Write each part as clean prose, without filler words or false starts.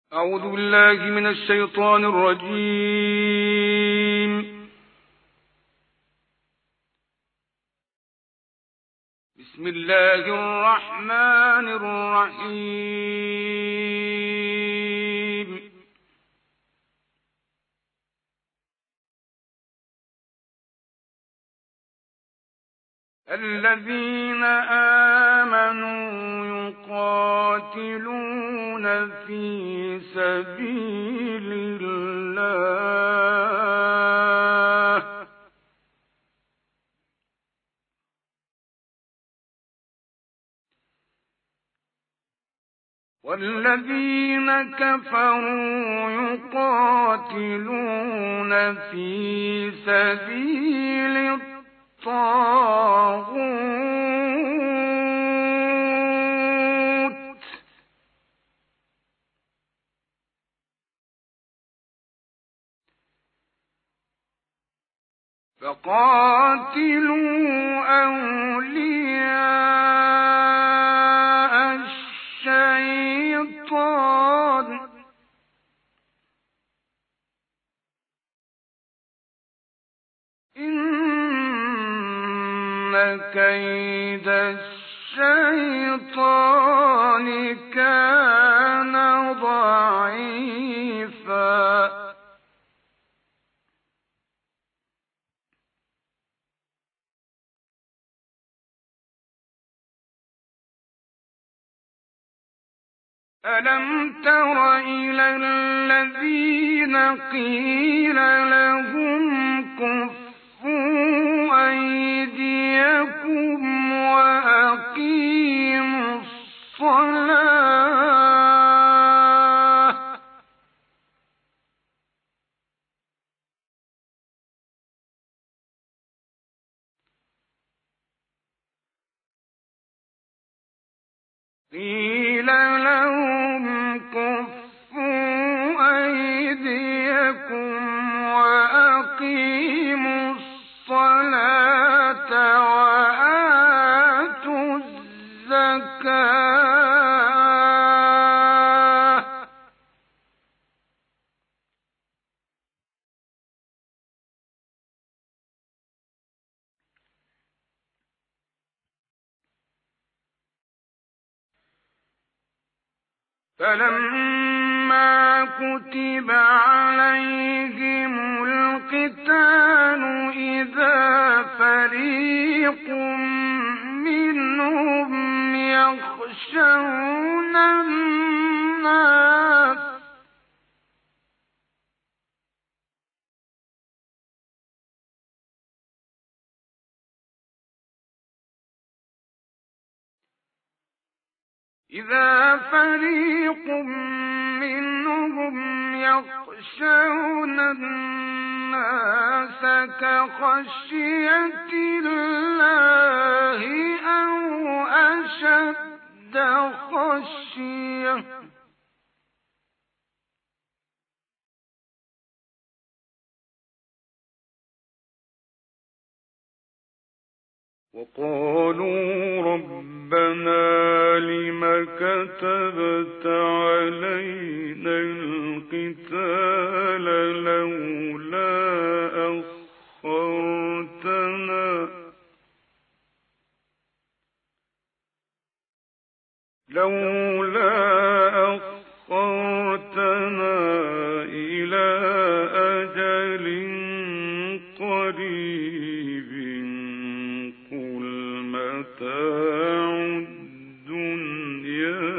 أعوذ بالله من الشيطان الرجيم. بسم الله الرحمن الرحيم. الذين آمنوا يقاتلون في سبيل الله والذين كفروا يقاتلون في سبيل الطاغوت فقاتلوا أولياء الشيطان إن كيد الشيطان كان ضعيفا. ألم تر إلى الذين قيل لهم كفوا أيديكم وأقيموا الصلاة قيل لهم كفوا أيديكم وأقيموا الصلاة وآتوا الزكاة فلما كتب عليهم القتال إذا فريق منهم يخشون الناس كخشية الله أو أشد خشية وقالوا ربنا لم كتبت علينا القتال لولا أخرتنا إلى أجل قريب قل متاع الدنيا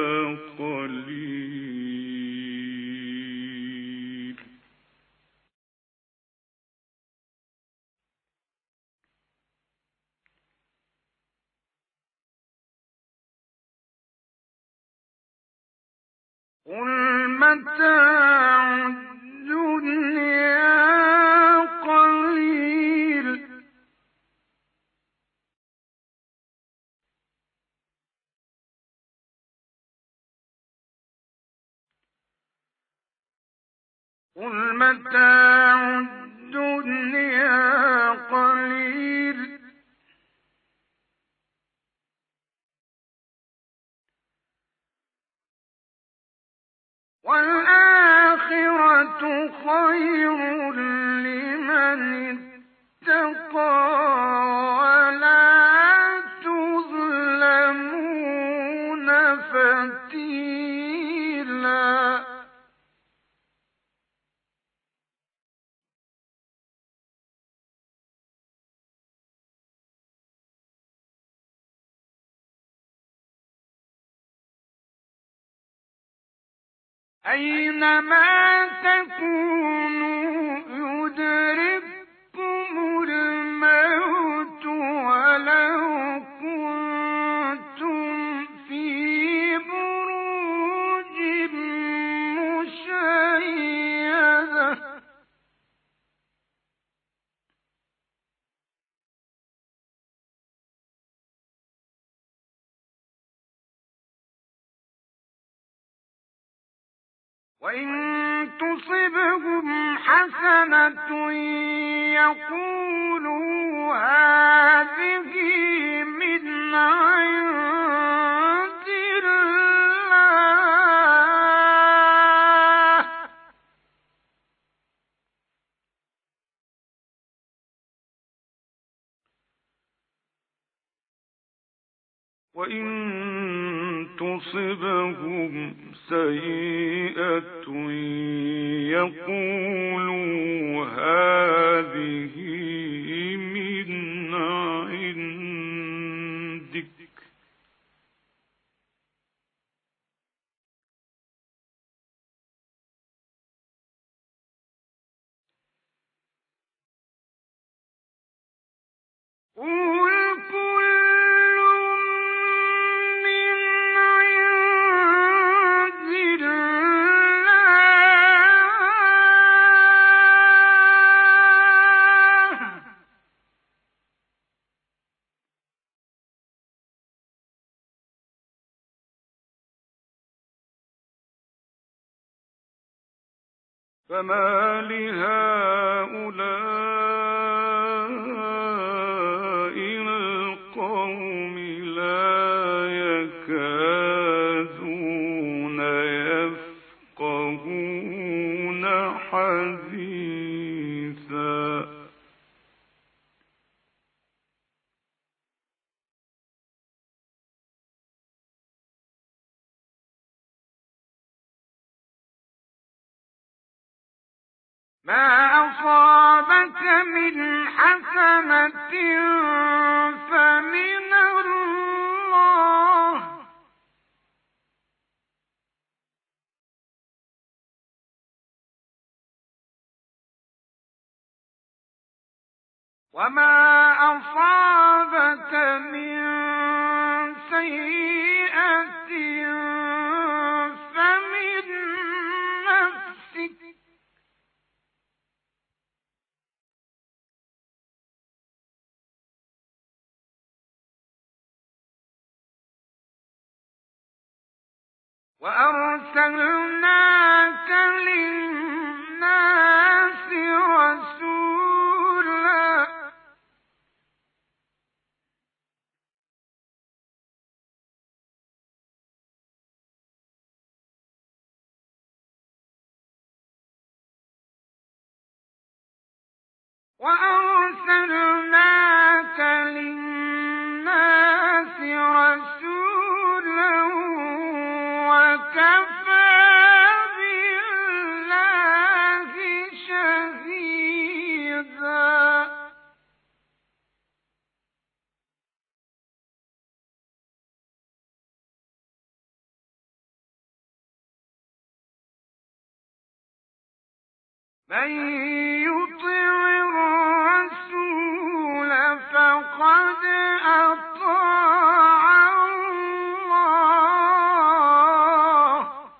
قليل قل متاع الدنيا قليل قل متاع الدنيا قليل والآخرة خير لمن اتقى ولا تظلمون فتيلا. أينما تكونوا يدرككم الموت ولو كنتم في بروج مشيدة. وإن تصبهم حسنة يقولوا هذه من عند الله، وإن تصبهم سيئة يقولوا هذه من عندك، قل كل من عند الله، فما لهؤلاء القوم لا يكادون يفقهون حديثا. ما أصابك من حسنة فمن الله، وما أصابك من سيئة فمن نفسك، وأرسلناك للناس رسولا، وأرسلناك للناس رسولا وكفى بالله شهيدا. من يطع الرسول فقد أطاع الله،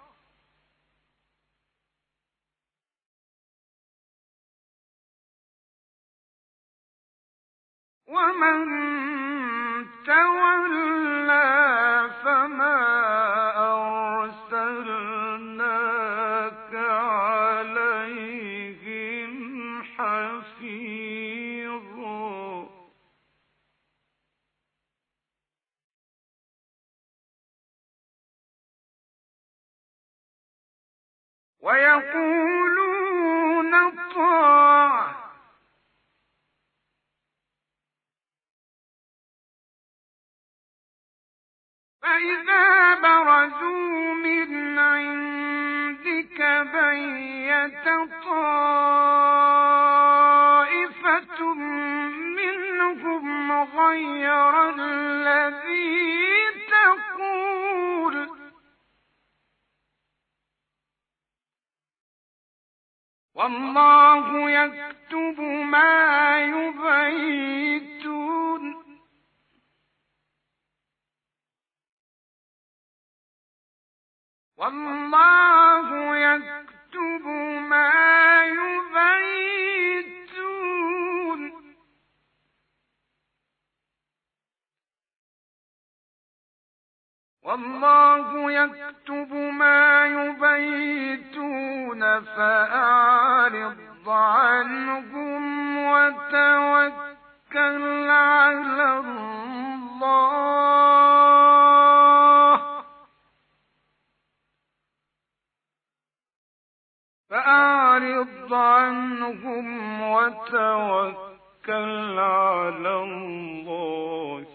ومن تولى فما أرسلناك عليهم حفيظا. ويقولون طاعة فإذا برزوا من عندك بيت طائفة منهم غير الذي تقول والله يكتب ما يبيتون والله يكتب ما يبيتون والله يكتب ما يبيتون فأعرض عنهم وتوكل على الله فأعرض عنهم وتوكل على الله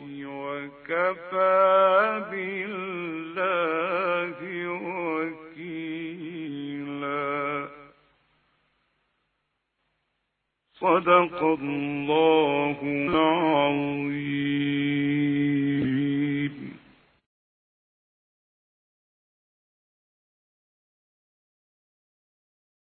وكفى بالله وكيلا. صدق الله العظيم.